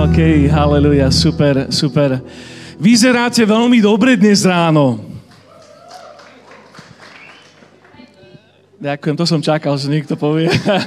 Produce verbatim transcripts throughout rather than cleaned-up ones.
OK, haleluja, super, super. Vyzeráte veľmi dobre dnes ráno. Ďakujem, to som čakal, že niekto povie.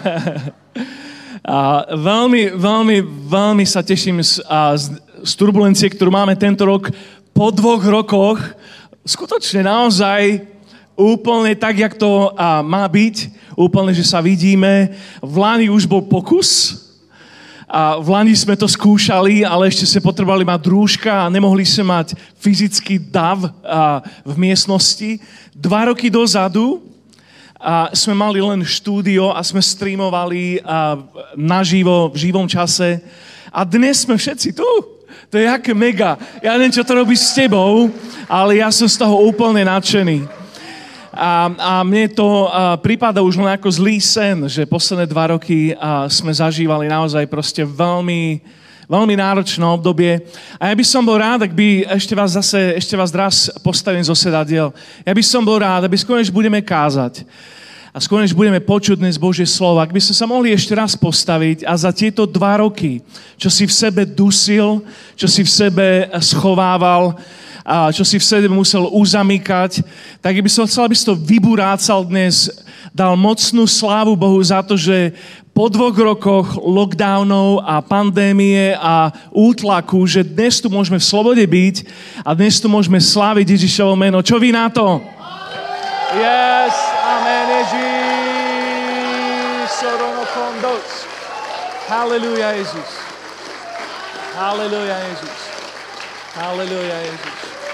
A veľmi, veľmi, veľmi sa teším z, a z, z turbulencie, ktorú máme tento rok po dvoch rokoch. Skutočne naozaj úplne tak, jak to a, má byť. Úplne, že sa vidíme. V Lani už bol pokus. A v Lani sme to skúšali, ale ešte sme potrebovali mať rúška a nemohli sme mať fyzický dav a, v miestnosti. Dva roky dozadu a sme mali len štúdio a sme streamovali a, naživo, v živom čase. A dnes sme všetci tu. To je aké mega. Ja neviem, čo to robí s tebou, ale ja som z toho úplne nadšený. A, a mne to a, prípada už len ako zlý sen, že posledné dva roky a, sme zažívali naozaj proste veľmi, veľmi náročné obdobie. A ja by som bol rád, ak by ešte vás zase, ešte vás raz postavím zo sedadiel. Ja by som bol rád, aby skôr, než budeme kázať a skôr, než budeme počuť dnes Božie slovo, ak by sme sa mohli ešte raz postaviť a za tieto dva roky, čo si v sebe dusil, čo si v sebe schovával, a čo si v sebe musel uzamykať, tak by som chcel, aby si to vyburácal dnes, dal mocnú slávu Bohu za to, že po dvoch rokoch lockdownov a pandémie a útlaku, že dnes tu môžeme v slobode byť a dnes tu môžeme sláviť Ježišovo meno. Čo vy na to? Yes, amen, Ježiš. Soronokondos. Halleluja, Ježiš. Halleluja, Ježiš. Halleluja, Ježiš.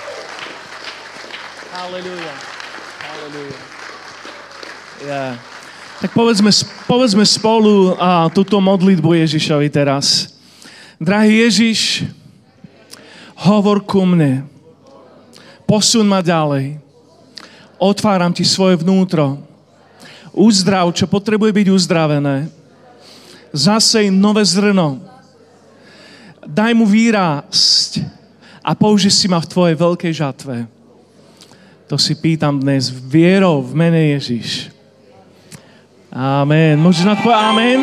Halleluja. Halleluja. Yeah. Tak povedzme, povedzme spolu a, túto modlitbu Ježišovi teraz. Drahý Ježiš, hovor ku mne. Posun ma ďalej. Otváram ti svoje vnútro. Uzdrav, čo potrebuje byť uzdravené. Zasej nové zrno. Daj mu výrásť a použij si ma v tvojej veľkej žatve. To si pýtam dnes vierou v mene Ježiš. Amen. Môžeš na to povedať amen?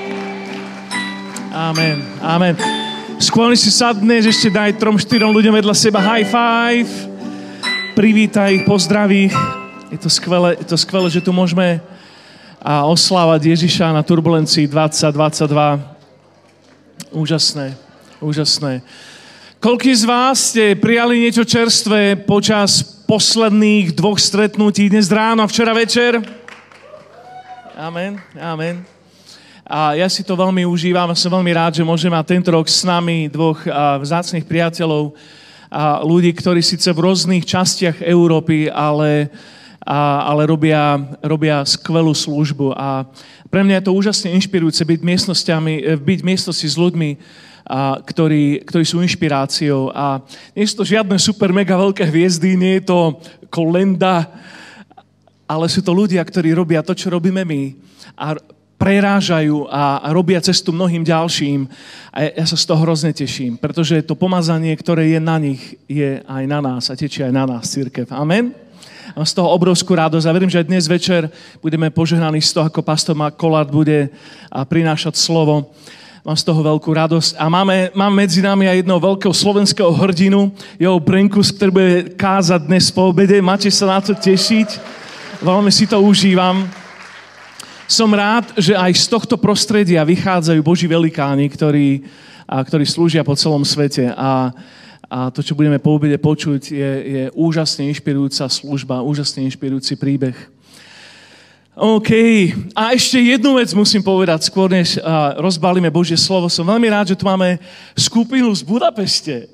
Amen. Amen. Skôr si sadneš, ešte daj trom, štyrom ľuďom vedľa seba high five. Privítaj ich, pozdraví. Je to skvelé, je to skvelé, že tu môžeme a oslávať Ježiša na turbulencii dvadsať dvadsaťdva. Úžasné. Úžasné. Koľký z vás ste prijali niečo čerstvé počas posledných dvoch stretnutí dnes ráno a včera večer? Amen, amen. A ja si to veľmi užívam a som veľmi rád, že môžem mať tento rok s nami dvoch a, vzácnych priateľov a ľudí, ktorí síce v rôznych častiach Európy, ale, a, ale robia, robia skvelú službu. A pre mňa je to úžasne inšpirujúce byť, miestnosťami, byť v miestnosti s ľuďmi, A, ktorí, ktorí sú inšpiráciou. A nie sú to žiadne super mega veľké hviezdy, nie je to kolenda, ale sú to ľudia, ktorí robia to, čo robíme my a prerážajú a, a robia cestu mnohým ďalším. A ja, ja sa z toho hrozne teším, pretože to pomazanie, ktoré je na nich, je aj na nás a tečie aj na nás, cirkev. Amen? Mám z toho obrovskú radosť a verím, že aj dnes večer budeme požehnaní z toho, ako pastor Mark Kolard bude prinášať slovo. Mám z toho veľkú radosť. A máme, máme medzi nami aj jedného veľkého slovenského hrdinu, jeho Brenkus, ktorý bude kázať dnes po obede. Máte sa na to tešiť? Veľmi si to užívam. Som rád, že aj z tohto prostredia vychádzajú Boží velikáni, ktorí, a, ktorí slúžia po celom svete. A, a to, čo budeme po obede počuť, je, je úžasne inšpirujúca služba, úžasne inšpirujúci príbeh. OK. A ešte jednu vec musím povedať, skôr než uh, rozbalíme Božie slovo. Som veľmi rád, že tu máme skupinu z Budapešte.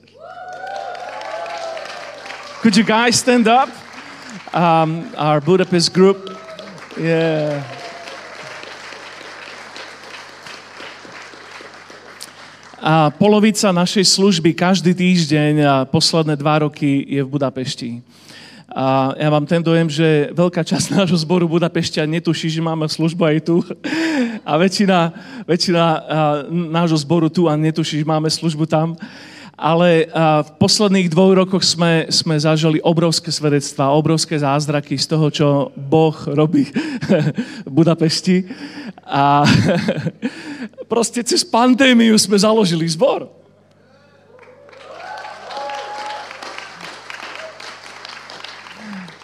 Could you guys stand up? Um, our Budapest group. Yeah. A polovica našej služby každý týždeň a posledné dva roky je v Budapešti. A ja mám ten dojem, že veľká časť nášho zboru Budapešťa netuší, že máme službu aj tu. A väčšina, väčšina nášho zboru tu a netuší, že máme službu tam. Ale v posledných dvoch rokoch sme, sme zažili obrovské svedectvá, obrovské zázraky z toho, čo Boh robí v Budapešti. A proste cez pandémiu sme založili zbor.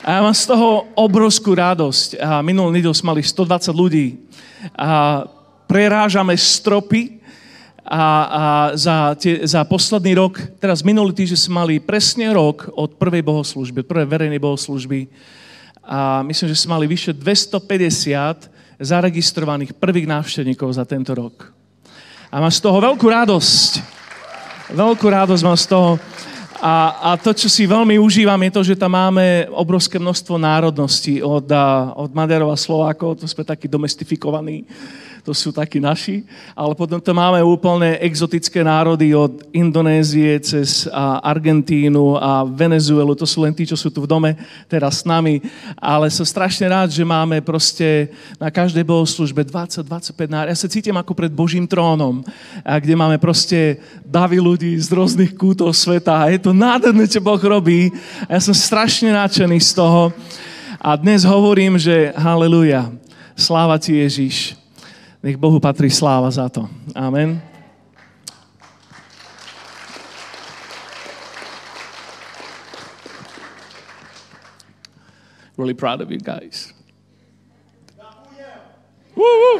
A ja mám z toho obrovskú radosť. A minulý nedelu sme mali stodvadsať ľudí. A prerážame stropy a, a za, tie, za posledný rok, teraz minulý týždeň sme mali presne rok od prvej bohoslúžby, od prvej verejnej bohoslúžby. A myslím, že sme mali vyše dvestopäťdesiat zaregistrovaných prvých návštevníkov za tento rok. A mám z toho veľkú radosť. Veľkú radosť mám z toho. A, a to, čo si veľmi užívam, je to, že tam máme obrovské množstvo národností od, od Maďarov a Slovákov, to sme takí domestifikovaní, to sú takí naši, ale potom to máme úplne exotické národy od Indonézie cez Argentínu a Venezuelu, to sú len tí, čo sú tu v dome teraz s nami, ale som strašne rád, že máme proste na každej bohoslúžbe dvadsať dvadsaťpäť národov. Ja sa cítim ako pred Božím trónom, kde máme proste davy ľudí z rôznych kútov sveta a je to nádherné, čo Boh robí. A ja som strašne nadšený z toho a dnes hovorím, že haleluja, sláva ti Ježiš. Nech Bohu patrí sláva za to. Amen. Really proud of you guys. Woo!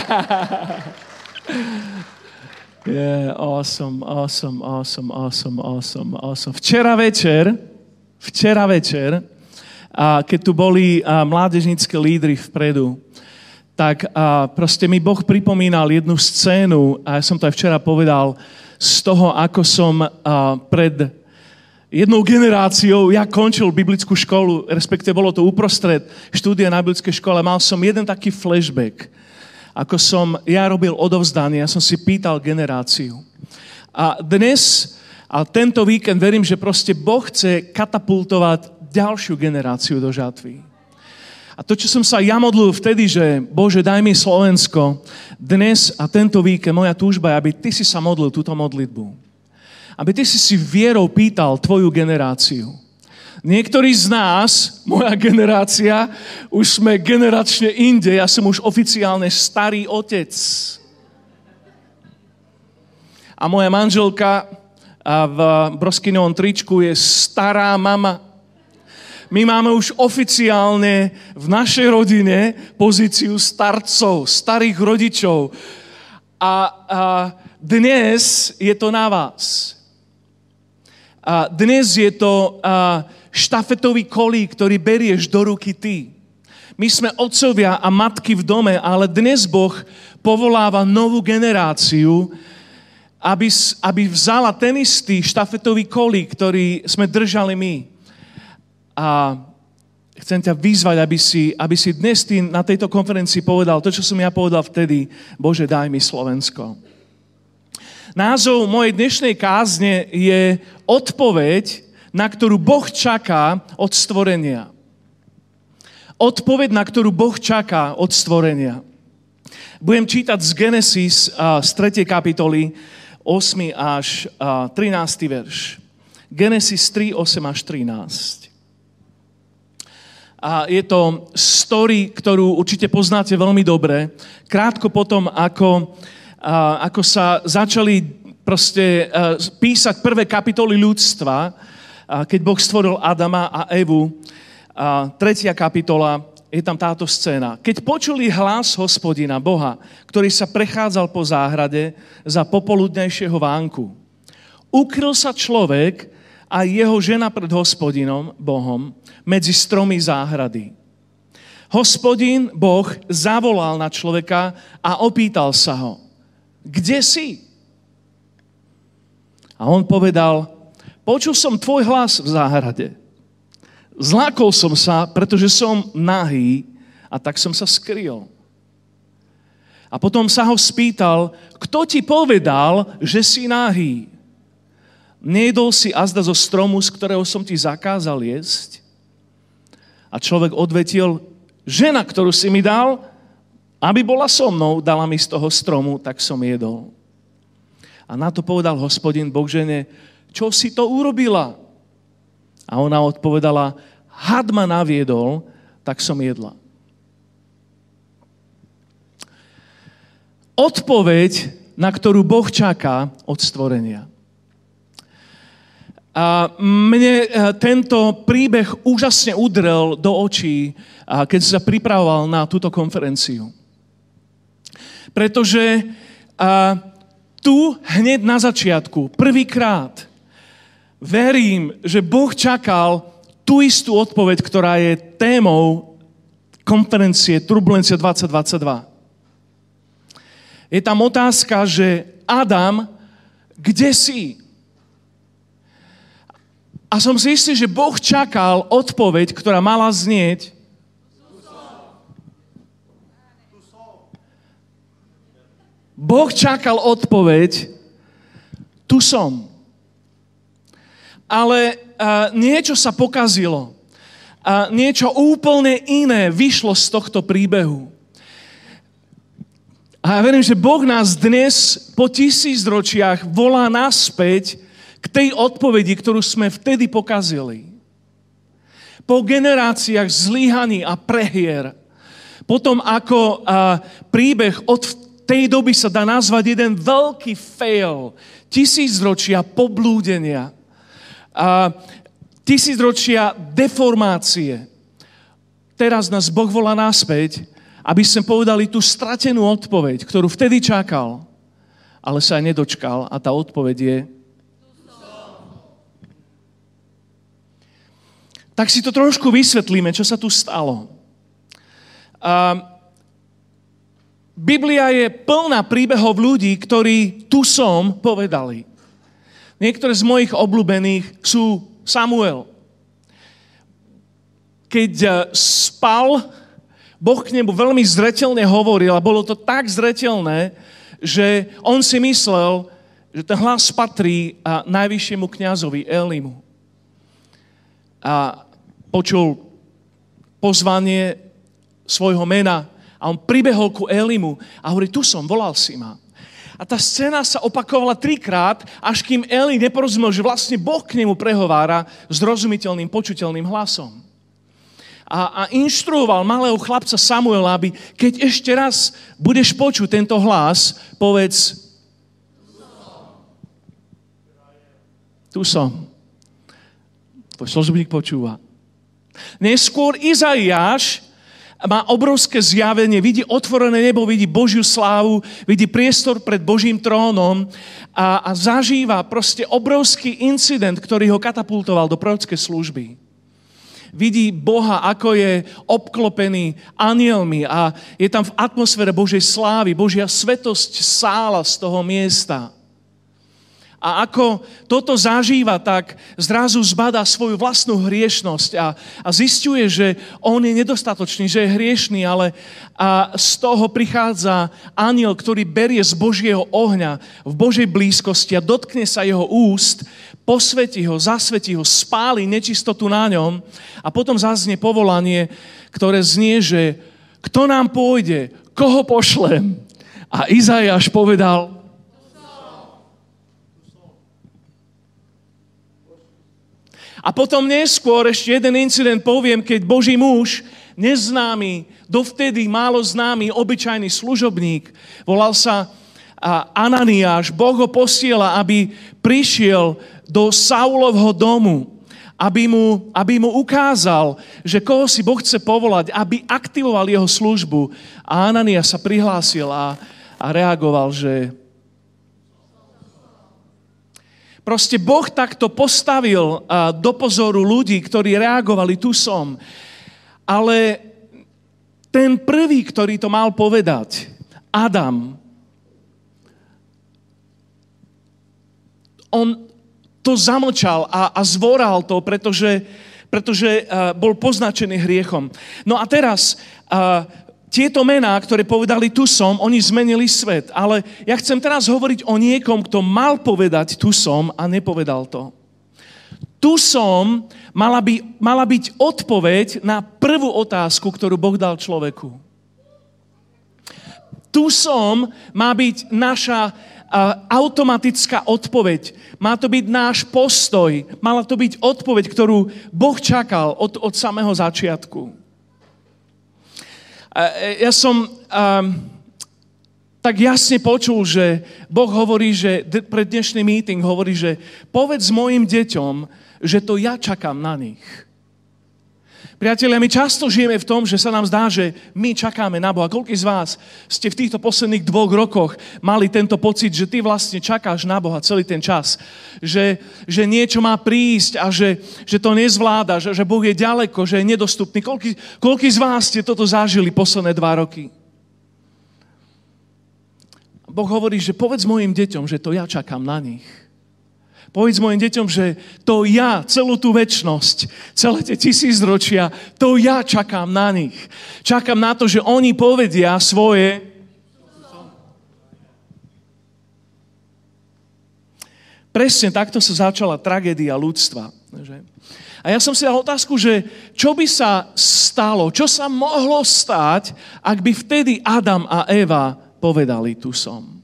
Yeah, awesome, awesome, awesome, awesome, awesome, awesome. Včera večer, včera večer, a keď tu boli a, mládežnícke lídry vpredu, tak a, proste mi Boh pripomínal jednu scénu, a ja som to aj včera povedal, z toho, ako som a, pred jednou generáciou, ja končil biblickú školu, respektíve bolo to uprostred štúdia na biblickej škole, mal som jeden taký flashback, ako som ja robil odovzdanie, ja som si pýtal generáciu. A dnes, a tento víkend verím, že proste Boh chce katapultovať ďalšiu generáciu do žatvy. A to, čo som sa ja modlil vtedy, že Bože, daj mi Slovensko, dnes a tento víkend moja túžba je, aby ty si sa modlil túto modlitbu. Aby ty si si vierou pýtal tvoju generáciu. Niektorí z nás, moja generácia, už sme generačne inde, ja som už oficiálne starý otec. A moja manželka v broskinovom tričku je stará mama. My máme už oficiálne v našej rodine pozíciu starcov, starých rodičov. A, a dnes je to na vás. A dnes je to a, štafetový kolík, ktorý berieš do ruky ty. My sme otcovia a matky v dome, ale dnes Boh povoláva novú generáciu, aby, aby vzala ten istý štafetový kolík, ktorý sme držali my. A chcem ťa vyzvať, aby si, aby si dnes ty na tejto konferencii povedal to, čo som ja povedal vtedy, Bože, daj mi Slovensko. Názov mojej dnešnej kázne je odpoveď, na ktorú Boh čaká od stvorenia. Odpoveď, na ktorú Boh čaká od stvorenia. Budem čítať z Genesis z tretej kapitoly osem až trinásty verš. Genesis tri, osem až trinásť. A je to story, ktorú určite poznáte veľmi dobre. Krátko potom, ako, a, ako sa začali proste a, písať prvé kapitoly ľudstva, a, keď Boh stvoril Adama a Evu, a, tretia kapitola, je tam táto scéna. Keď počuli hlas Hospodina, Boha, ktorý sa prechádzal po záhrade za popoludnejšieho vánku, ukryl sa človek a jeho žena pred Hospodinom, Bohom, medzi stromy záhrady. Hospodin, Boh, zavolal na človeka a opýtal sa ho, kde si? A on povedal, počul som tvoj hlas v záhrade. Zlákol som sa, pretože som nahý a tak som sa skryl. A potom sa ho spýtal, kto ti povedal, že si nahý? Nejedol si azda zo stromu, z ktorého som ti zakázal jesť? A človek odvetil, žena, ktorú si mi dal, aby bola so mnou, dala mi z toho stromu, tak som jedol. A na to povedal Hospodin Boh žene, čo si to urobila? A ona odpovedala, had ma naviedol, tak som jedla. Odpoveď, na ktorú Boh čaká od stvorenia. A mne tento príbeh úžasne udrel do očí, keď sa pripravoval na túto konferenciu. Pretože a, tu hneď na začiatku, prvýkrát, verím, že Boh čakal tú istú odpoveď, ktorá je témou konferencie Turbulencia dvadsať dvadsaťdva. Je tam otázka, že Adam, kde si? A som si istý, že Boh čakal odpoveď, ktorá mala znieť Boh čakal odpoveď, tu som. Ale uh, niečo sa pokazilo. A niečo úplne iné vyšlo z tohto príbehu. A ja verím, že Boh nás dnes po tisícročiach volá naspäť k tej odpovedi, ktorú sme vtedy pokazili. Po generáciách zlyhaní a prehier, potom ako a, príbeh od tej doby sa dá nazvať jeden veľký fail, tisícročia poblúdenia, a, tisícročia deformácie. Teraz nás Boh volá naspäť, aby sme povedali tú stratenú odpoveď, ktorú vtedy čakal, ale sa aj nedočkal, a tá odpoveď je tak si to trošku vysvetlíme, čo sa tu stalo. A Biblia je plná príbehov ľudí, ktorí tu som povedali. Niektoré z mojich obľúbených sú Samuel. Keď spal, Boh k nemu veľmi zreteľne hovoril a bolo to tak zreteľné, že on si myslel, že ten hlas patrí najvyššiemu kňazovi Elimu. A počul pozvanie svojho mena a on pribehol ku Elimu a hovorí, tu som, volal si ma. A tá scéna sa opakovala trikrát, až kým Eli neporozumel, že vlastne Boh k nemu prehovára zrozumiteľným, počuteľným hlasom. A, a inštruoval malého chlapca Samuela, aby keď ešte raz budeš počuť tento hlas, povedz, tu som. Tvoj služobník počúva. Neskôr Izaiáš má obrovské zjavenie, vidí otvorené nebo, vidí Božiu slávu, vidí priestor pred Božím trónom a, a zažíva proste obrovský incident, ktorý ho katapultoval do prorockej služby. Vidí Boha, ako je obklopený anielmi a je tam v atmosfére Božej slávy, Božia svetosť sála z toho miesta. A ako toto zažíva, tak zrazu zbadá svoju vlastnú hriešnosť a, a zisťuje, že on je nedostatočný, že je hriešný, ale a z toho prichádza anjel, ktorý berie z Božieho ohňa v Božej blízkosti a dotkne sa jeho úst, posvätí ho, zasvätí ho, spáli nečistotu na ňom a potom zaznie povolanie, ktoré znie, že kto nám pôjde, koho pošlem? A Izaiáš povedal, a potom neskôr ešte jeden incident poviem, keď Boží muž, neznámy, dovtedy málo známy, obyčajný služobník, volal sa Ananiáš, Boh ho posiela, aby prišiel do Saulovho domu, aby mu, aby mu ukázal, že koho si Boh chce povolať, aby aktivoval jeho službu. A Ananiáš sa prihlásil a, a reagoval, že proste Boh takto postavil do pozoru ľudí, ktorí reagovali, tu som. Ale ten prvý, ktorý to mal povedať, Adam, on to zamlčal a, a zvoral to, pretože, pretože bol poznačený hriechom. No a teraz tieto mená, ktoré povedali tu som, oni zmenili svet. Ale ja chcem teraz hovoriť o niekom, kto mal povedať tu som a nepovedal to. Tu som mala, by, mala byť odpoveď na prvú otázku, ktorú Boh dal človeku. Tu som má byť naša uh, automatická odpoveď. Má to byť náš postoj. Mala to byť odpoveď, ktorú Boh čakal od, od samého začiatku. Ja som um, tak jasne počul, že Boh hovorí, že pre dnešný meeting hovorí, že povedz mojim deťom, že to ja čakám na nich. Priatelia, my často žijeme v tom, že sa nám zdá, že my čakáme na Boha. Koľký z vás ste v týchto posledných dvoch rokoch mali tento pocit, že ty vlastne čakáš na Boha celý ten čas? Že, že niečo má prísť a že, že to nezvládaš, že Boh je ďaleko, že je nedostupný. Koľký, koľký z vás ste toto zažili posledné dva roky? Boh hovorí, že povedz mojim deťom, že to ja čakám na nich. Povedz mojim deťom, že to ja, celú tú večnosť, celé tie tisícročia, to ja čakám na nich. Čakám na to, že oni povedia svoje... Presne takto sa začala tragédia ľudstva. Že? A ja som si dal otázku, že čo by sa stalo, čo sa mohlo stať, ak by vtedy Adam a Eva povedali, tu som.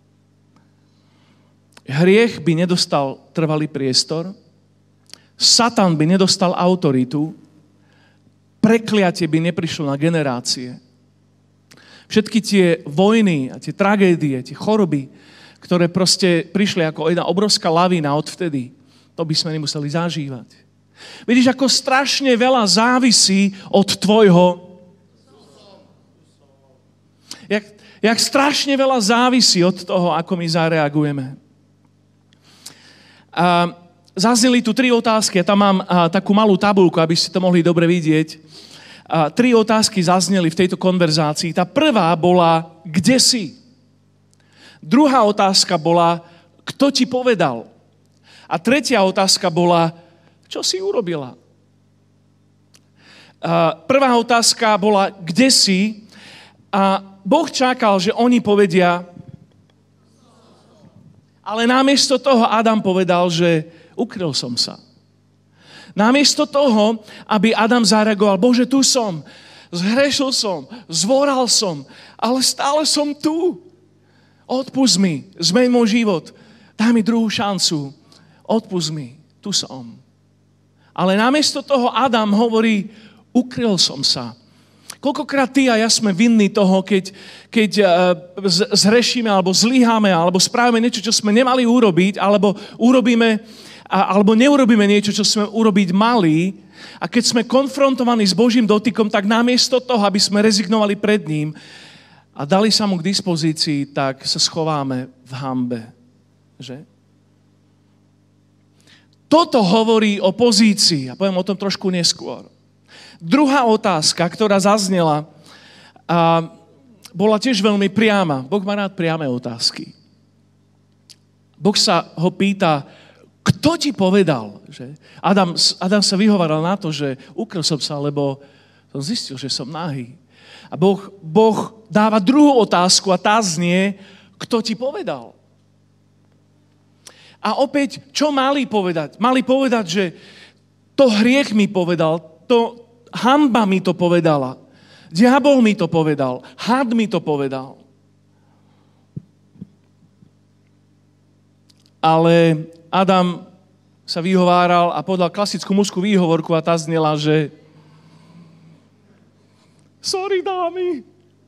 Hriech by nedostal trvalý priestor, Satan by nedostal autoritu, prekliatie by neprišlo na generácie. Všetky tie vojny a tie tragédie, tie choroby, ktoré proste prišli ako jedna obrovská lavína odvtedy, to by sme nemuseli zažívať. Vidíš, ako strašne veľa závisí od tvojho. Jak, jak strašne veľa závisí od toho, ako my zareagujeme. A zazneli tu tri otázky, ja tam mám a, takú malú tabuľku, aby ste to mohli dobre vidieť. A, tri otázky zazneli v tejto konverzácii. Tá prvá bola, kde si? Druhá otázka bola, kto ti povedal? A tretia otázka bola, čo si urobila? A, prvá otázka bola, kde si? A Boh čakal, že oni povedia, ale namiesto toho Adam povedal, že ukryl som sa. Namiesto toho, aby Adam zareagoval, Bože, tu som, zhrešil som, zvoral som, ale stále som tu. Odpusť mi, zmeň môj život, daj mi druhú šancu, odpusť mi, tu som. Ale namiesto toho Adam hovorí, ukryl som sa. Koľkokrát ty a ja sme vinní toho, keď, keď zhrešíme, alebo zlyháme, alebo spravíme niečo, čo sme nemali urobiť, alebo urobíme, alebo neurobíme niečo, čo sme urobiť mali. A keď sme konfrontovaní s Božím dotykom, tak namiesto toho, aby sme rezignovali pred ním a dali sa mu k dispozícii, tak sa schováme v hanbe. Že? Toto hovorí o pozícii. A poviem o tom trošku neskôr. Druhá otázka, ktorá zaznela, a bola tiež veľmi priama. Boh má rád priame otázky. Boh sa ho pýta, kto ti povedal? Že? Adam, Adam sa vyhovaral na to, že ukryl som sa, lebo som zistil, že som nahý. A boh, boh dáva druhú otázku a tá znie, kto ti povedal? A opäť, čo mali povedať? Mali povedať, že to hriech mi povedal, to hanba mi to povedala. Diabol mi to povedal. Had mi to povedal. Ale Adam sa vyhováral a podal klasickú mužskú výhovorku a tá znela, že sorry, dámy.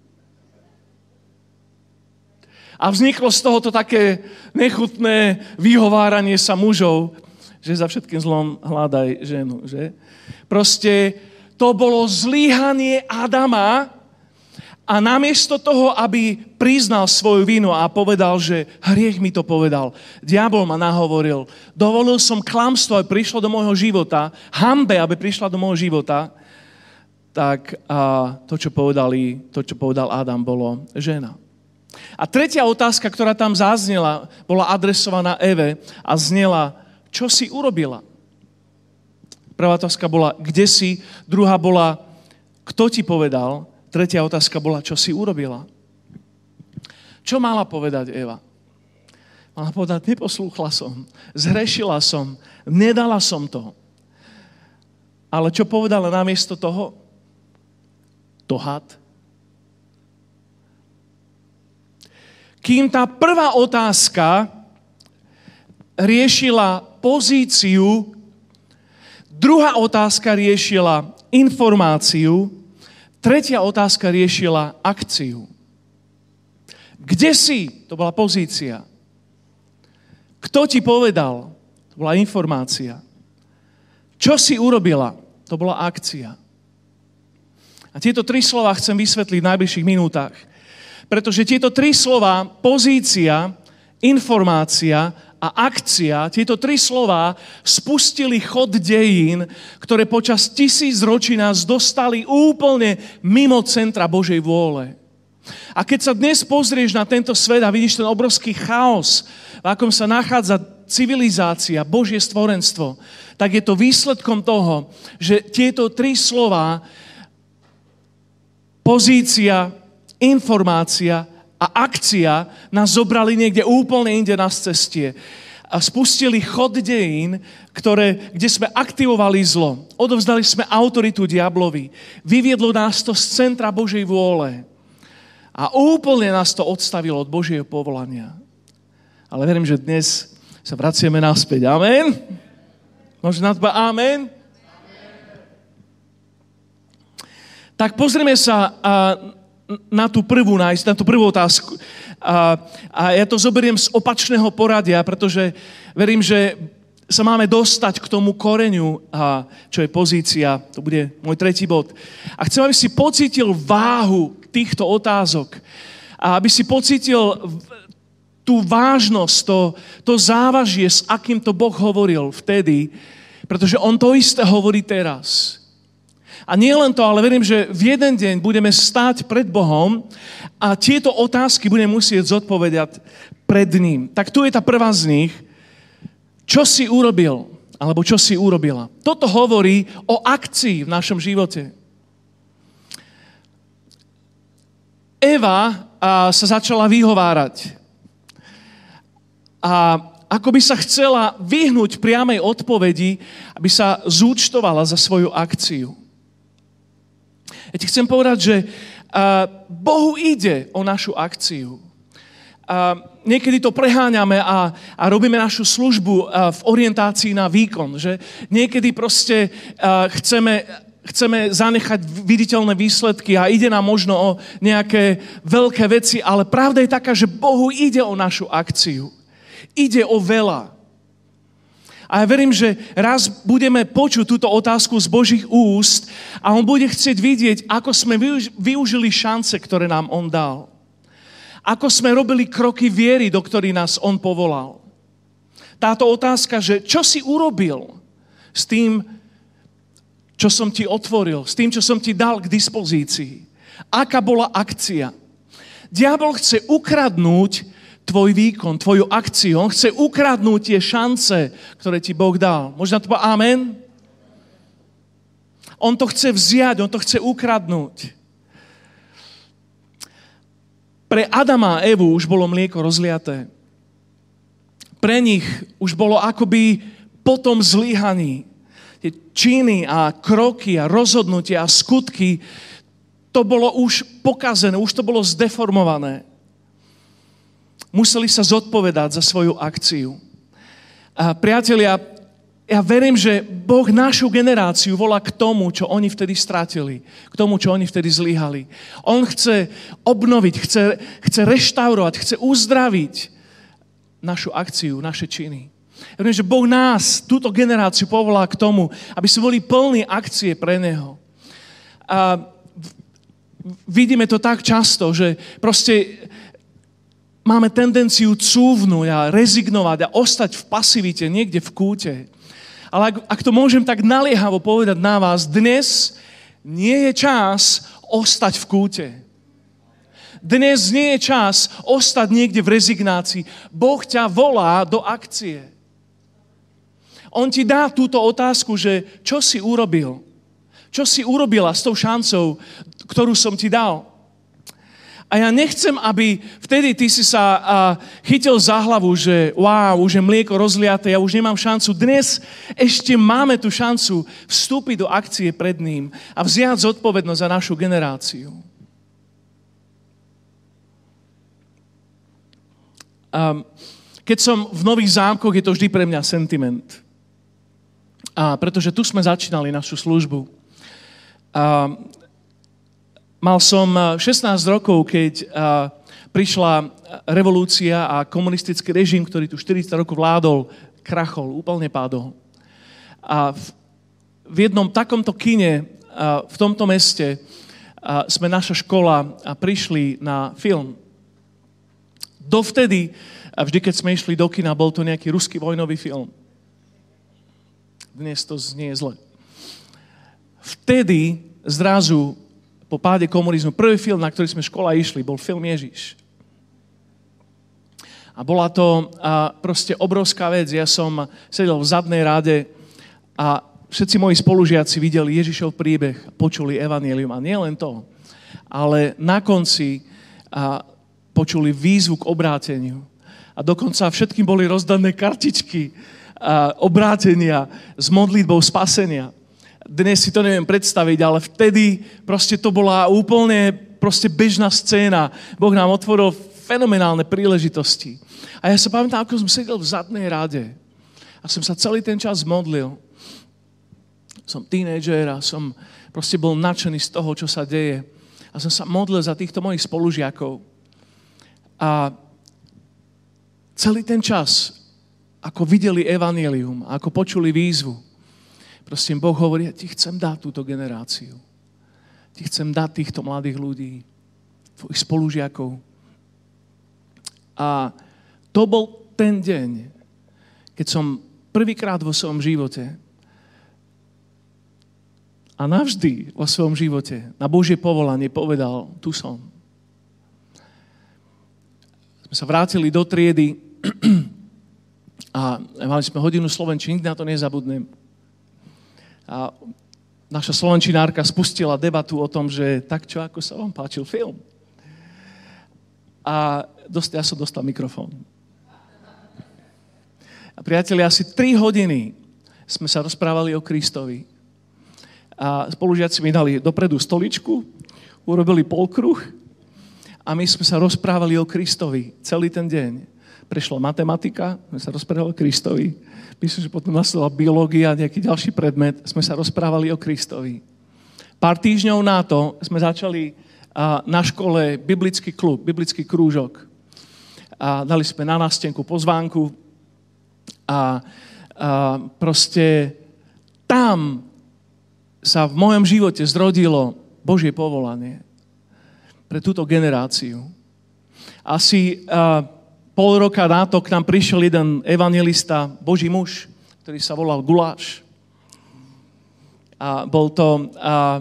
A vzniklo z tohoto také nechutné vyhováranie sa mužov, že za všetkým zlom hľadaj ženu. Že? Proste to bolo zlyhanie Adama a namiesto toho, aby priznal svoju vinu a povedal, že hriech mi to povedal, diabol ma nahovoril, dovolil som klamstvo, aby prišlo do môjho života, hanbe, aby prišla do môjho života, tak a to, čo povedali, to, čo povedal Adam, bolo žena. A tretia otázka, ktorá tam zaznela, bola adresovaná Eve a znela, čo si urobila? Prvá otázka bola, kde si? Druhá bola, kto ti povedal? Tretia otázka bola, čo si urobila? Čo mala povedať Eva? Mala povedať, neposlúchla som, zhrešila som, nedala som to. Ale čo povedala namiesto toho? To had. Kým tá prvá otázka riešila pozíciu, druhá otázka riešila informáciu, tretia otázka riešila akciu. Kde si? To bola pozícia. Kto ti povedal? To bola informácia. Čo si urobila? To bola akcia. A tieto tri slova chcem vysvetliť v najbližších minútach. Pretože tieto tri slova, pozícia, informácia a akcia, tieto tri slova spustili chod dejín, ktoré počas tisíc ročí nás dostali úplne mimo centra Božej vôle. A keď sa dnes pozrieš na tento svet a vidíš ten obrovský chaos, v akom sa nachádza civilizácia, Božie stvorenstvo, tak je to výsledkom toho, že tieto tri slova, pozícia, informácia a akcia nás zobrali niekde úplne inde na cestie. A spustili chod dejín, ktoré, kde sme aktivovali zlo. Odovzdali sme autoritu diablovi. Vyviedlo nás to z centra Božej vôle. A úplne nás to odstavilo od Božieho povolania. Ale verím, že dnes sa vraciame naspäť. Amen? Môžeme na to povedať amen? Tak pozrieme sa na tú prvú nájsť, na tú prvú otázku. A, a ja to zoberiem z opačného poradia, pretože verím, že sa máme dostať k tomu koreňu, a čo je pozícia. To bude môj tretí bod. A chcem, aby si pocítil váhu týchto otázok. A aby si pocítil tú vážnosť, to, to závažie, s akým to Boh hovoril vtedy, pretože on to isté hovorí teraz. A nie len to, ale verím, že v jeden deň budeme stáť pred Bohom a tieto otázky budeme musieť zodpovedať pred ním. Tak tu je tá prvá z nich. Čo si urobil? Alebo čo si urobila? Toto hovorí o akcii v našom živote. Eva sa začala vyhovárať. A ako by sa chcela vyhnúť priamej odpovedi, aby sa zúčtovala za svoju akciu. Ja ti chcem povedať, že Bohu ide o našu akciu. A niekedy to preháňame a, a robíme našu službu v orientácii na výkon. Že? Niekedy proste chceme, chceme zanechať viditeľné výsledky a ide nám možno o nejaké veľké veci, ale pravda je taká, že Bohu ide o našu akciu. Ide o veľa. A ja verím, že raz budeme počuť túto otázku z Božích úst a on bude chcieť vidieť, ako sme využili šance, ktoré nám on dal. Ako sme robili kroky viery, do ktorých nás on povolal. Táto otázka, že čo si urobil s tým, čo som ti otvoril, s tým, čo som ti dal k dispozícii. Aká bola akcia? Diabol chce ukradnúť tvoj výkon, tvoju akciu. On chce ukradnúť tie šance, ktoré ti Boh dal. Možno to povedať amen? On to chce vziať, on to chce ukradnúť. Pre Adama a Evu už bolo mlieko rozliaté. Pre nich už bolo akoby po tom zlyhaní. Tie činy a kroky a rozhodnutia a skutky, to bolo už pokazené, už to bolo zdeformované. Museli sa zodpovedať za svoju akciu. A priatelia, ja verím, že Boh našu generáciu volá k tomu, čo oni vtedy stratili. K tomu, čo oni vtedy zlyhali. On chce obnoviť, chce, chce reštaurovať, chce uzdraviť našu akciu, naše činy. Ja verím, že Boh nás, túto generáciu povolá k tomu, aby sme boli plní akcie pre Neho. A vidíme to tak často, že proste máme tendenciu cúvnuť a rezignovať a ostať v pasivite, niekde v kúte. Ale ak, ak to môžem tak naliehavo povedať na vás, dnes nie je čas ostať v kúte. Dnes nie je čas ostať niekde v rezignácii. Boh ťa volá do akcie. On ti dá túto otázku, že čo si urobil? Čo si urobila s tou šancou, ktorú som ti dal? A ja nechcem, aby vtedy ty si sa uh, chytil za hlavu, že wow, už je mlieko rozliaté, ja už nemám šancu. Dnes ešte máme tú šancu vstúpiť do akcie pred ním a vziať zodpovednosť za našu generáciu. Um, keď som v Nových Zámkoch, je to vždy pre mňa sentiment. A pretože tu sme začínali našu službu. Um, Mal som šestnásť rokov, keď uh, prišla revolúcia a komunistický režim, ktorý tu štyridsať rokov vládol, krachol, úplne padol. A v, v jednom takomto kine v tomto meste sme naša škola prišli na film. Dovtedy, vždy keď sme išli do kina, bol to nejaký ruský vojnový film. Dnes to znie zle. Vtedy zrazu po páde komunizmu, prvý film, na ktorý sme škola išli, bol film Ježiš. A bola to a, proste obrovská vec. Ja som sedel v zadnej rade a všetci moji spolužiaci videli Ježišov príbeh, počuli evanjelium. A nie len to, ale na konci a, počuli výzvu k obráteniu. A dokonca všetkým boli rozdané kartičky a, obrátenia s modlitbou spasenia. Dnes si to neviem predstaviť, ale vtedy proste to bola úplne proste bežná scéna. Boh nám otvoril fenomenálne príležitosti. A ja sa pamätám, ako som sedel v zadnej rade a som sa celý ten čas modlil. Som tínedžer a som proste bol nadšený z toho, čo sa deje. A som sa modlil za týchto mojich spolužiakov. A celý ten čas, ako videli evanjelium, ako počuli výzvu, proste Boh hovorí, ja ti chcem dať túto generáciu. Ti chcem dať týchto mladých ľudí, tvojich spolužiakov. A to bol ten deň, keď som prvýkrát vo svojom živote a navždy vo svojom živote na Božie povolanie povedal, tu som. Sme sa vrátili do triedy a mali sme hodinu slovenčiny, nikdy na to nezabudnem. A naša slovenčinárka spustila debatu o tom, že tak čo, ako sa vám páčil film. A dost, ja som dostal mikrofón. A priatelia, asi tri hodiny sme sa rozprávali o Kristovi. A spolužiaci mi dali dopredu stoličku, urobili polkruh a my sme sa rozprávali o Kristovi celý ten deň. Prešla matematika, sme sa rozprávali o Kristovi. Myslím, že potom nasledovala biológia a nejaký ďalší predmet. Sme sa rozprávali o Kristovi. Pár týždňov na to sme začali na škole biblický klub, biblický krúžok. A dali sme na nástenku pozvánku a, a proste tam sa v mojom živote zrodilo Božie povolanie pre túto generáciu. Asi a, pol roka na to k nám prišiel jeden evanjelista, Boží muž, ktorý sa volal Guláš. A bol to a,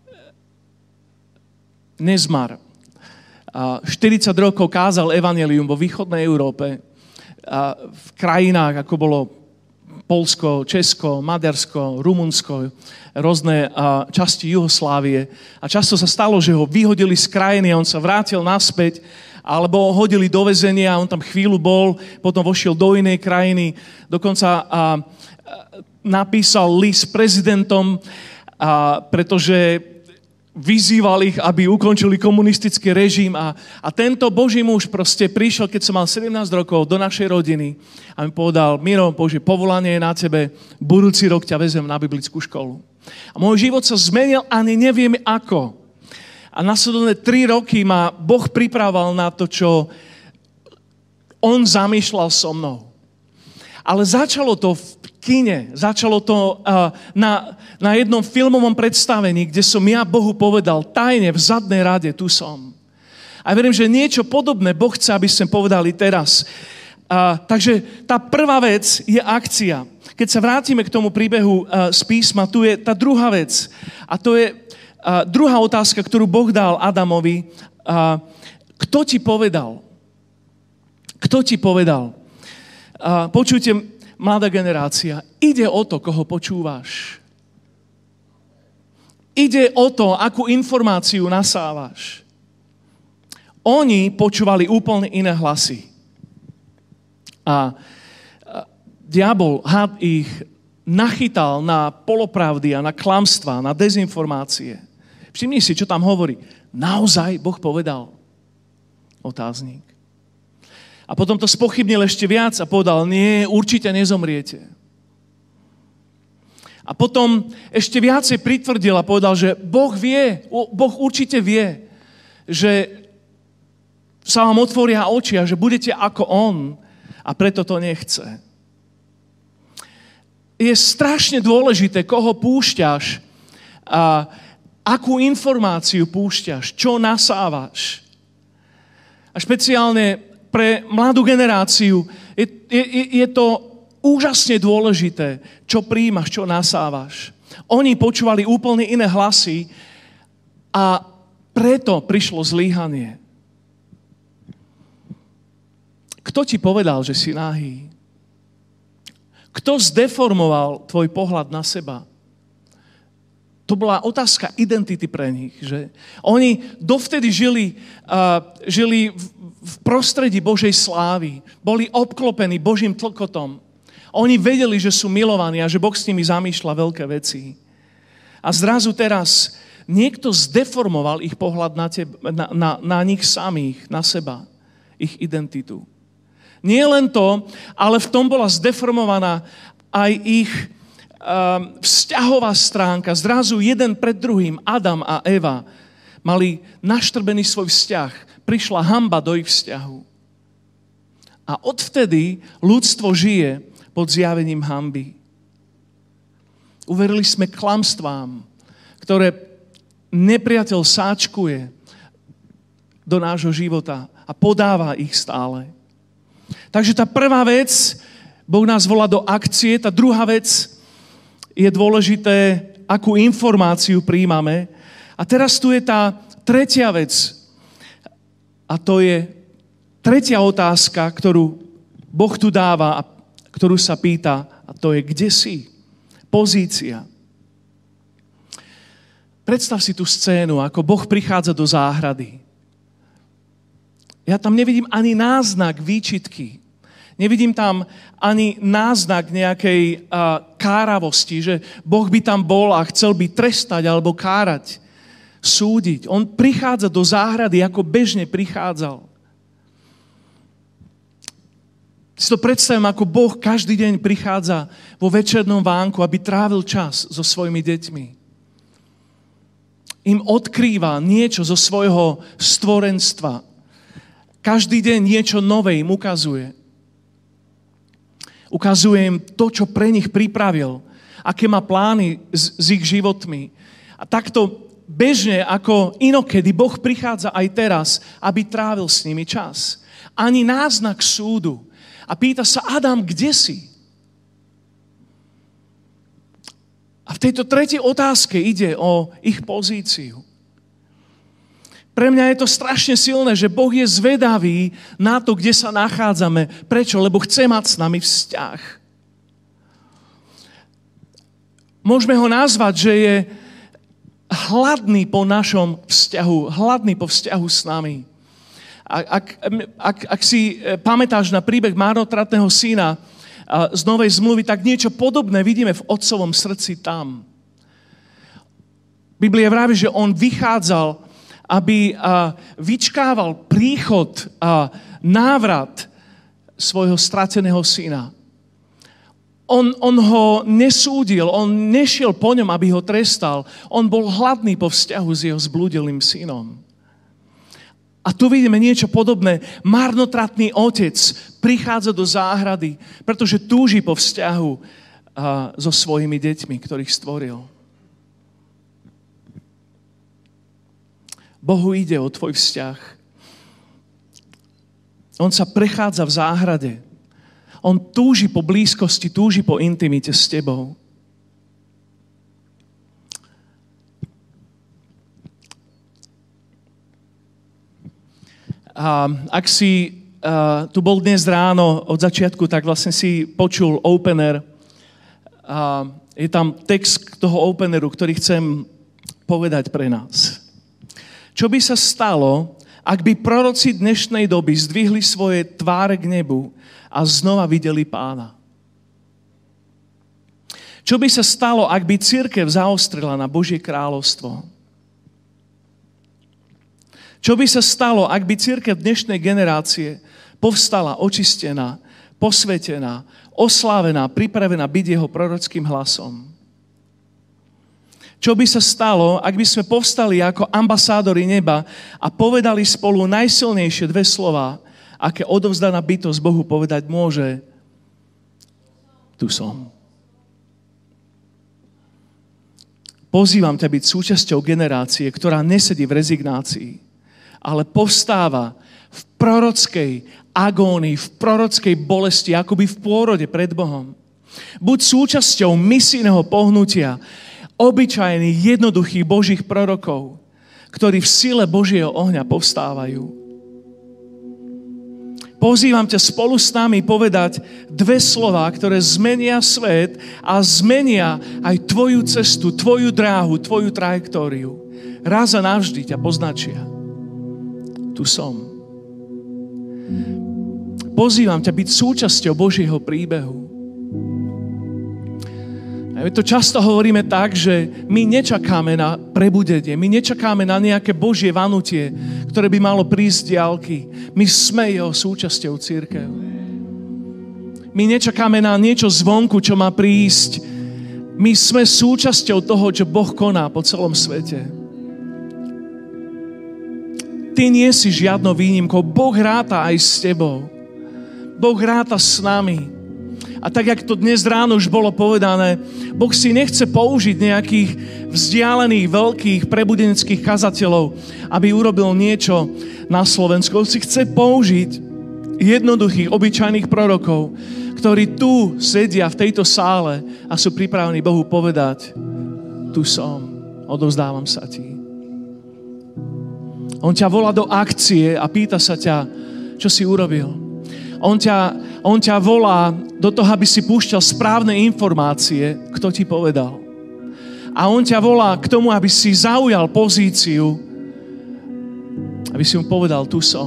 Nezmar. A štyridsať rokov kázal evanjelium vo východnej Európe, a v krajinách, ako bolo Poľsko, Česko, Maďarsko, Rumunsko, rôzne a, časti Juhoslávie. A často sa stalo, že ho vyhodili z krajiny a on sa vrátil naspäť, alebo ho hodili do väzenia, on tam chvíľu bol, potom vošiel do inej krajiny, dokonca a, a, napísal list prezidentom, a, pretože vyzýval ich, aby ukončili komunistický režim a, a tento Boží muž proste prišiel, keď som mal sedemnásť rokov, do našej rodiny a mi povedal, Miro, Bože, povolanie je na tebe, budúci rok ťa vezem na biblickú školu. A môj život sa zmenil, ani neviem ako. A nasledovné tri roky ma Boh pripravoval na to, čo on zamýšľal so mnou. Ale začalo to v kine, začalo to uh, na, na jednom filmovom predstavení, kde som ja Bohu povedal, tajne v zadnej rade, tu som. A verím, že niečo podobné Boh chce, aby sme povedali teraz. Uh, takže tá prvá vec je akcia. Keď sa vrátime k tomu príbehu uh, z písma, tu je tá druhá vec. A to je uh, druhá otázka, ktorú Boh dal Adamovi. Uh, kto ti povedal? Kto ti povedal? Uh, počujte, mladá generácia, ide o to, koho počúvaš. Ide o to, akú informáciu nasávaš. Oni počúvali úplne iné hlasy. A, a diabol, had ich nachytal na polopravdy a na klamstvá, na dezinformácie. Všimni si, čo tam hovorí. Naozaj Boh povedal? Otáznik. A potom to spochybnil ešte viac a povedal, nie, určite nezomriete. A potom ešte viacej pritvrdil a povedal, že Boh vie, Boh určite vie, že sa vám otvoria oči a že budete ako on a preto to nechce. Je strašne dôležité, koho púšťaš a akú informáciu púšťaš, čo nasávaš. A špeciálne pre mladú generáciu je, je, je to úžasne dôležité, čo príjmaš, čo nasávaš. Oni počúvali úplne iné hlasy a preto prišlo zlyhanie. Kto ti povedal, že si nahý? Kto zdeformoval tvoj pohľad na seba? To bola otázka identity pre nich. Že? Oni dovtedy žili, uh, žili v, v prostredí Božej slávy. Boli obklopení Božím tlkotom. Oni vedeli, že sú milovaní a že Boh s nimi zamýšľa veľké veci. A zrazu teraz niekto zdeformoval ich pohľad na, teb, na, na, na nich samých, na seba, ich identitu. Nie len to, ale v tom bola zdeformovaná aj ich um, vzťahová stránka. Zrazu jeden pred druhým, Adam a Eva, mali naštrbený svoj vzťah. Prišla hanba do ich vzťahu. A odvtedy ľudstvo žije pod zjavením hanby. Uverili sme klamstvám, ktoré nepriateľ sáčkuje do nášho života a podáva ich stále. Takže tá prvá vec, Boh nás volá do akcie, tá druhá vec je dôležité, akú informáciu príjmame. A teraz tu je tá tretia vec. A to je tretia otázka, ktorú Boh tu dáva a ktorú sa pýta, a to je, kde si? Pozícia. Predstav si tú scénu, ako Boh prichádza do záhrady. Ja tam nevidím ani náznak výčitky. Nevidím tam ani náznak nejakej uh, káravosti, že Boh by tam bol a chcel by trestať alebo kárať, súdiť. On prichádza do záhrady, ako bežne prichádzal. Si to predstavím, ako Boh každý deň prichádza vo večernom vánku, aby trávil čas so svojimi deťmi. Im odkrýva niečo zo svojho stvorenstva. Každý deň niečo nové im ukazuje. Ukazuje im to, čo pre nich pripravil, aké má plány s, s ich životmi. A takto bežne, ako inokedy, Boh prichádza aj teraz, aby trávil s nimi čas. Ani náznak súdu. A pýta sa, Adam, kde si? A v tejto tretej otázke ide o ich pozíciu. Pre mňa je to strašne silné, že Boh je zvedavý na to, kde sa nachádzame. Prečo? Lebo chce mať s nami vzťah. Môžeme ho nazvať, že je hladný po našom vzťahu, hladný po vzťahu s nami. Ak, ak, ak si pamätáš na príbeh marnotratného syna z Novej zmluvy, tak niečo podobné vidíme v otcovom srdci tam. Biblia vraví, že on vychádzal, aby vyčkával príchod a návrat svojho strateného syna. On, on ho nesúdil, on nešiel po ňom, aby ho trestal. On bol hladný po vzťahu s jeho zblúdelým synom. A tu vidíme niečo podobné. Marnotratný otec prichádza do záhrady, pretože túži po vzťahu a, so svojimi deťmi, ktorých stvoril. Bohu ide o tvoj vzťah. On sa prechádza v záhrade. On túži po blízkosti, túži po intimite s tebou. A ak si uh, tu bol dnes ráno od začiatku, tak vlastne si počul opener. A je tam text toho openeru, ktorý chcem povedať pre nás. Čo by sa stalo, ak by proroci dnešnej doby zdvihli svoje tváre k nebu a znova videli Pána? Čo by sa stalo, ak by cirkev zaostrila na Božie kráľovstvo? Čo by sa stalo, ak by cirkev dnešnej generácie povstala očistená, posvetená, oslávená, pripravená byť jeho prorockým hlasom? Čo by sa stalo, ak by sme povstali ako ambasádori neba a povedali spolu najsilnejšie dve slová, aké odovzdaná bytosť Bohu povedať môže: tu som. Pozývam ťa byť súčasťou generácie, ktorá nesedí v rezignácii, ale povstáva v prorockej agónii, v prorockej bolesti, akoby v pôrode pred Bohom. Buď súčasťou misijného pohnutia obyčajných, jednoduchých Božích prorokov, ktorí v sile Božieho ohňa povstávajú. Pozývam ťa spolu s nami povedať dve slová, ktoré zmenia svet a zmenia aj tvoju cestu, tvoju dráhu, tvoju trajektóriu. Raz a navždy ťa poznačia. Tu som. Pozývam ťa byť súčasťou Božieho príbehu. A my to často hovoríme tak, že my nečakáme na prebudenie, my nečakáme na nejaké Božie vanutie, ktoré by malo prísť z diaľky. My sme jeho súčasťou, cirkev. My nečakáme na niečo zvonku, čo má prísť. My sme súčasťou toho, čo Boh koná po celom svete. Ty nie si žiadnou výnimkou. Boh ráta aj s tebou. Boh ráta s nami. A tak, jak to dnes ráno už bolo povedané, Boh si nechce použiť nejakých vzdialených, veľkých, prebudeneckých kazateľov, aby urobil niečo na Slovensku. On si chce použiť jednoduchých, obyčajných prorokov, ktorí tu sedia v tejto sále a sú pripravení Bohu povedať: tu som, odovzdávam sa ti. On ťa volá do akcie a pýta sa ťa, čo si urobil. On ťa, on ťa volá do toho, aby si púšťal správne informácie, kto ti povedal. A on ťa volá k tomu, aby si zaujal pozíciu, aby si mu povedal: tu som.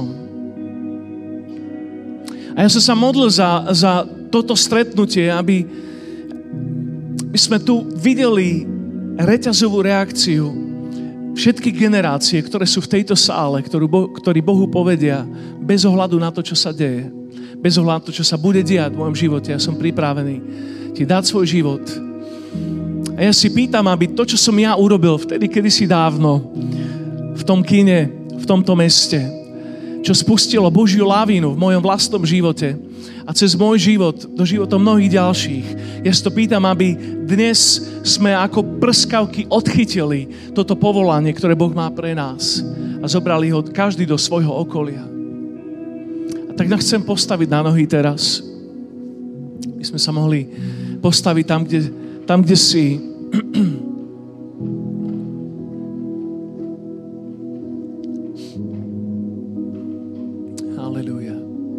A ja som sa modlil za, za toto stretnutie, aby, aby sme tu videli reťazovú reakciu všetkých generácie, ktoré sú v tejto sále, ktorú Boh, ktorí Bohu povedia bez ohľadu na to, čo sa deje. Bez ohľadu na to, čo sa bude diať v mojom živote. Ja som pripravený ti dať svoj život. A ja si pýtam, aby to, čo som ja urobil vtedy, kedysi dávno, v tom kine, v tomto meste, čo spustilo Božiu lavínu v mojom vlastnom živote a cez môj život do života mnohých ďalších, ja si to pýtam, aby dnes sme ako prskavky odchytili toto povolanie, ktoré Boh má pre nás a zobrali ho každý do svojho okolia. Tak nás chcem postaviť na nohy teraz. My sme sa mohli postaviť tam, kde, tam, kde si. Halleluja.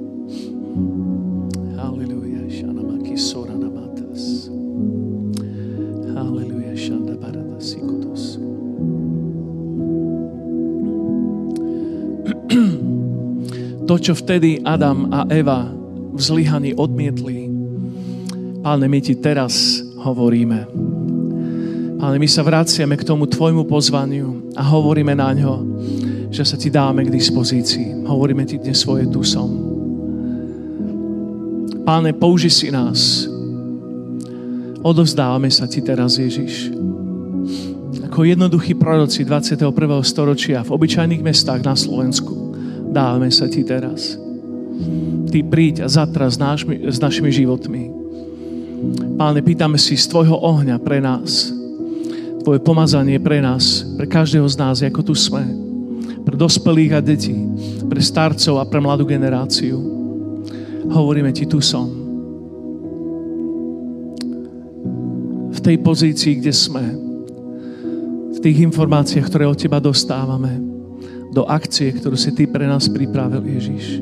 Halleluja. Shanamaki sorana matas. Halleluja. Shanda barada sikotos. To, čo vtedy Adam a Eva v zlyhaní odmietli, Páne, my ti teraz hovoríme. Páne, my sa vraciame k tomu tvojmu pozvaniu a hovoríme na ňo, že sa ti dáme k dispozícii. Hovoríme ti dnes svoje tu som. Páne, použi si nás. Odovzdávame sa ti teraz, Ježiš. Ako jednoduchí proroci dvadsiateho prvého storočia v obyčajných mestách na Slovensku. Dávame sa ti teraz. Ty príď a zatras s, našimi, s našimi životmi. Páne, pýtame si z tvojho ohňa pre nás. Tvoje pomazanie pre nás, pre každého z nás, ako tu sme. Pre dospelých a detí, pre starcov a pre mladú generáciu. Hovoríme ti, tu som. V tej pozícii, kde sme. V tých informáciách, ktoré od teba dostávame. Do akcie, ktorú si ty pre nás pripravil, Ježiš.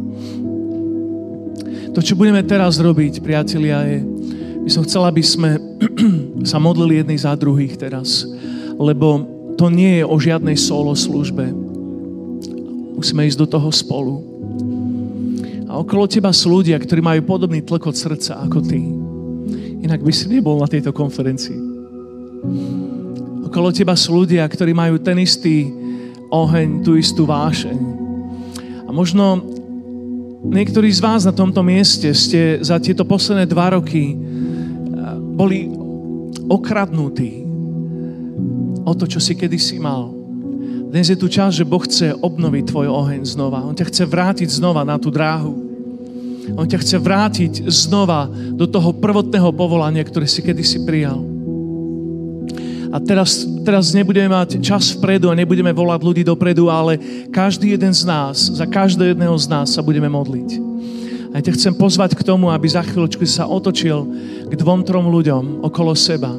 To, čo budeme teraz robiť, priatelia, je, by som chcel, aby sme sa modlili jedný za druhých teraz, lebo to nie je o žiadnej solo službe. Musíme ísť do toho spolu. A okolo teba sú ľudia, ktorí majú podobný tlkot srdca ako ty. Inak by si nebol na tejto konferencii. Okolo teba sú ľudia, ktorí majú ten istý oheň, tú istú vášeň. A možno niektorí z vás na tomto mieste ste za tieto posledné dva roky boli okradnutí o to, čo si kedysi mal. Dnes je tu čas, že Boh chce obnoviť tvoj oheň znova. On ťa chce vrátiť znova na tú dráhu. On ťa chce vrátiť znova do toho prvotného povolania, ktoré si kedysi prijal. A teraz, teraz nebudeme mať čas vpredu a nebudeme volať ľudí dopredu, ale každý jeden z nás, za každého jedného z nás sa budeme modliť. A ja ťa chcem pozvať k tomu, aby za chvíľočku sa otočil k dvom, trom ľuďom okolo seba.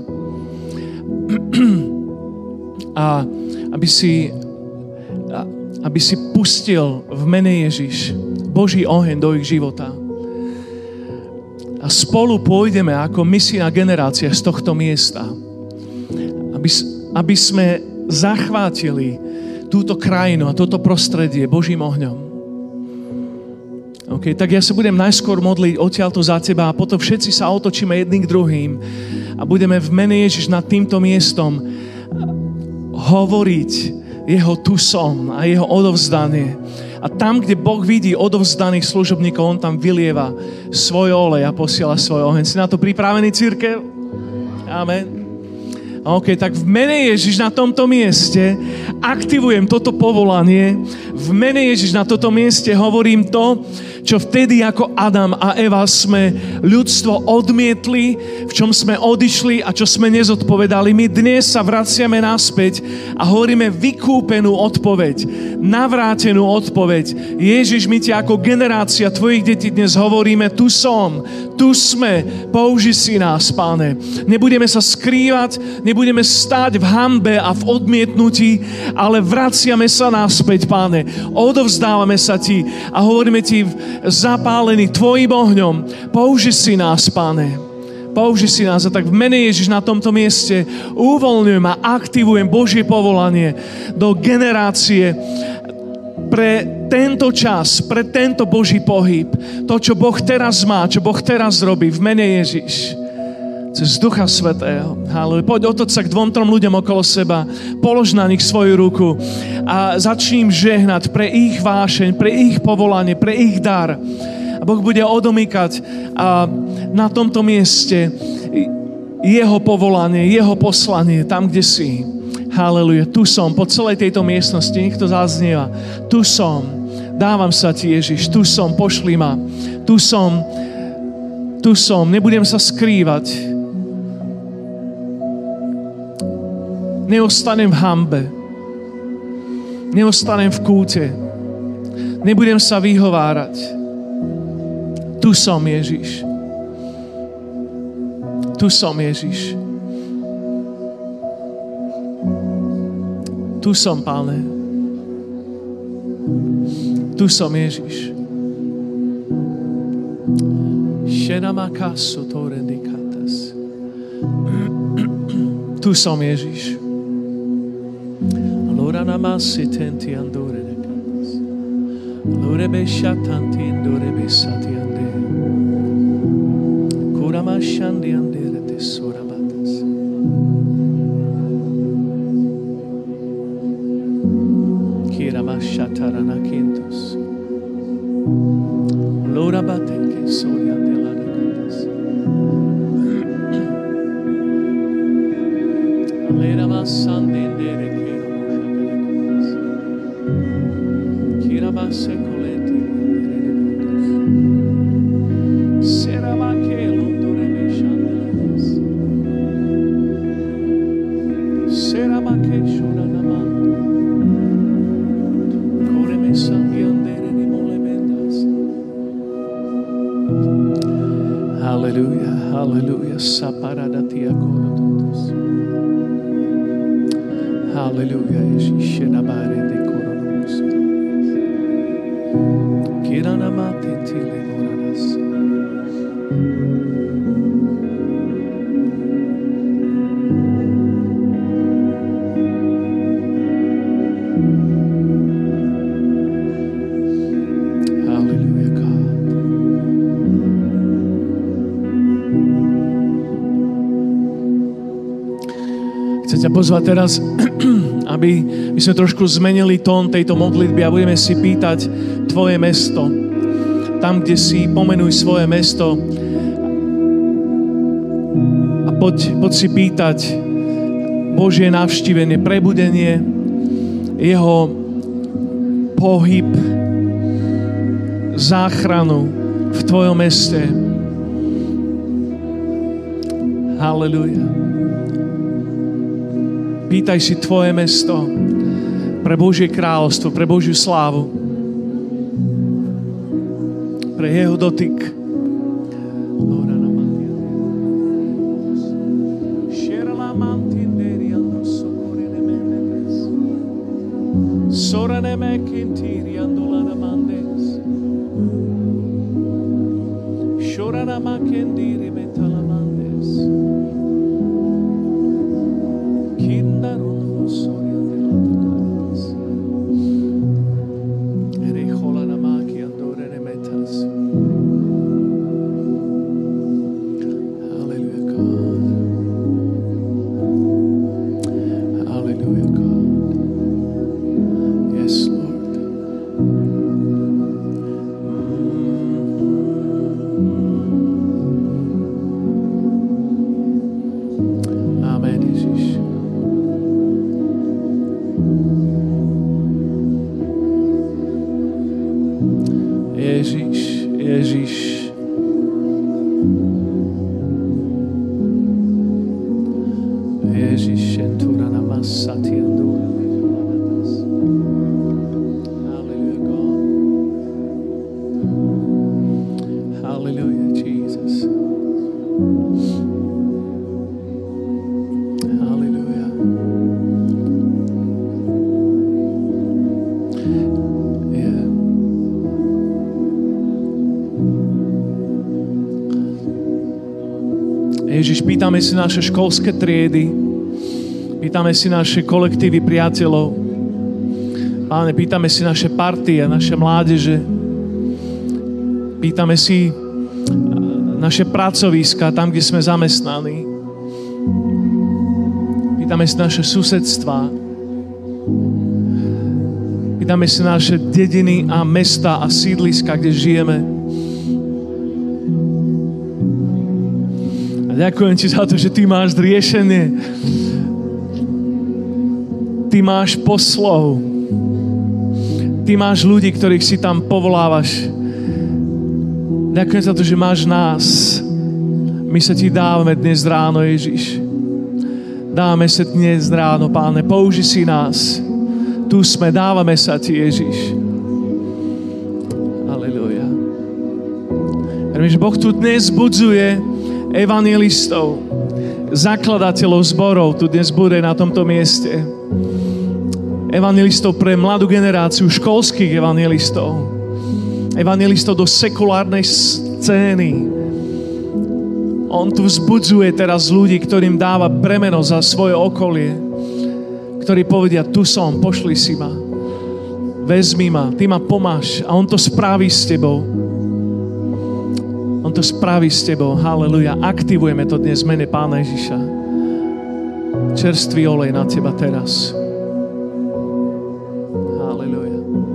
A aby si, aby si pustil v mene Ježiš Boží oheň do ich života. A spolu pôjdeme ako misijná generácia z tohto miesta. Aby, aby sme zachvátili túto krajinu a toto prostredie Božím ohňom. OK, tak ja sa budem najskôr modliť odtiaľto za teba a potom všetci sa otočíme jedným k druhým a budeme v mene Ježiš nad týmto miestom hovoriť jeho tu som a jeho odovzdanie. A tam, kde Boh vidí odovzdaných služobníkov, on tam vylieva svoj olej a posiela svoj oheň. Si na to pripravený, cirkev? Amen. OK, tak v mene Ježiš na tomto mieste aktivujem toto povolanie. V mene Ježiš na toto mieste hovorím to, čo vtedy ako Adam a Eva sme ľudstvo odmietli, v čom sme odišli a čo sme nezodpovedali. My dnes sa vraciame naspäť a hovoríme vykúpenú odpoveď, navrátenú odpoveď. Ježiš, my ti ako generácia tvojich detí dnes hovoríme, tu som, tu sme, použi si nás, Páne. Nebudeme sa skrývať, nebudeme stáť v hanbe a v odmietnutí, ale vraciame sa naspäť, Páne. Odovzdávame sa ti a hovoríme ti zapálený tvojim ohňom. Použi si nás, Páne. Použi si nás. A tak v mene Ježiš na tomto mieste uvoľňujem a aktivujem Božie povolanie do generácie pre tento čas, pre tento Boží pohyb. To, čo Boh teraz má, čo Boh teraz robí v mene Ježiš. Cez Ducha Svätého. Halleluja. Poď otoč sa k dvom, trom ľuďom okolo seba. Polož na nich svoju ruku a začni im žehnať pre ich vášeň, pre ich povolanie, pre ich dar. A Boh bude odomýkať a na tomto mieste jeho povolanie, jeho poslanie, tam, kde si. Halleluja. Tu som, po celej tejto miestnosti, nech to zaznieva. Tu som. Dávam sa ti, Ježiš. Tu som, pošli ma. Tu som. Tu som. Nebudem sa skrývať. Neostanem v hanbe. Neostanem v kúte. Nebudem sa vyhovárať. Tu som, Ježiš. Tu som, Ježiš. Tu som, Páne. Tu som, Ježiš. Shenamakaso torendikatas. Tu som, Ježiš. Allora namassi tenti andore de catas. Allora bescia tanti andore bessati ande. Cura masciandi andere tesora batas. Kira mascia tarana quintus. Allora batte che soli ande la de catas. Allora massandi andere che basse coleti sera ma che l'ondore mi shandeles sera ma che shura nama core me sangi andere di mole bendas. Hallelujah, hallelujah, saparadati akodotos. Hallelujah, Ježiš nabare de koronos. Kirana mate tile moranas. Hallelujah, God. Chcem ťa pozvať teraz, aby my sme trošku zmenili tón tejto modlitby a budeme si pýtať tvoje mesto. Tam, kde si, pomenuj svoje mesto a poď, poď si pýtať Božie navštívenie, prebudenie, jeho pohyb, záchranu v tvojom meste. Halleluja. Pýtaj si tvoje mesto pre Božie kráľovstvo, pre Božiu slávu, pre jeho dotyk. Ježiš, Ježiš. Ježiš, šentúra na masati andúra. Hallelujah, God. Hallelujah, Jesus. Hallelujah. Yeah. Ježiš, pýtame si naše školské triedy, pýtame si naše kolektívy priateľov, Páne, pýtame si naše party a naše mládeže, pýtame si naše pracoviska, tam, kde sme zamestnaní, pýtame si naše susedstva, pýtame si naše dediny a mesta a sídliska, kde žijeme. Ďakujem ti za to, že ty máš riešenie. Ty máš poslov. Ty máš ľudí, ktorých si tam povolávaš. Ďakujem za to, že máš nás. My sa ti dávame dnes ráno, Ježiš. Dávame sa dnes ráno, Páne. Použi si nás. Tu sme, dávame sa ti, Ježiš. Halelúja. Verím, že Boh tu dnes budzuje evangelistov, zakladateľov zborov, tu dnes bude na tomto mieste. Evangelistov pre mladú generáciu, školských evangelistov. Evangelistov do sekulárnej scény. On tu vzbudzuje teraz ľudí, ktorým dáva bremeno za svoje okolie. Ktorí povedia, tu som, pošli si ma. Vezmi ma, ty ma pomáš. A on to spraví s tebou. On to spraví s tebou. Halleluja. Aktivujeme to dnes v mene Pána Ježiša. Čerstvý olej na teba teraz. Halleluja.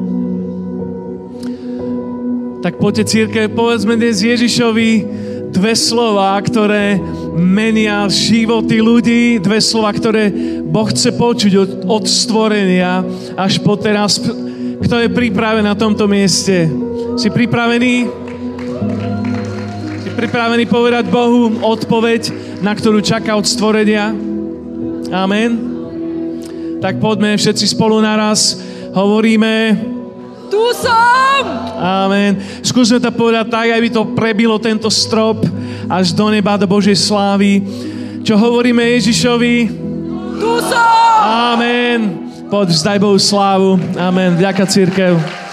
Tak poďte, cirkev, povedzme dnes Ježišovi dve slova, ktoré menia životy ľudí. Dve slova, ktoré Boh chce počuť od, od stvorenia až po teraz. Kto je pripravený na tomto mieste? Si pripravený? Pripravený povedať Bohu odpoveď, na ktorú čaká od stvorenia? Amen. Tak poďme všetci spolu naraz. Hovoríme: Tu som! Amen. Skúsme to povedať tak, aby to prebilo tento strop až do neba, do Božej slávy. Čo hovoríme Ježišovi? Tu som! Amen. Poď, vzdaj Bohu slávu. Amen. Vďaka, cirkev.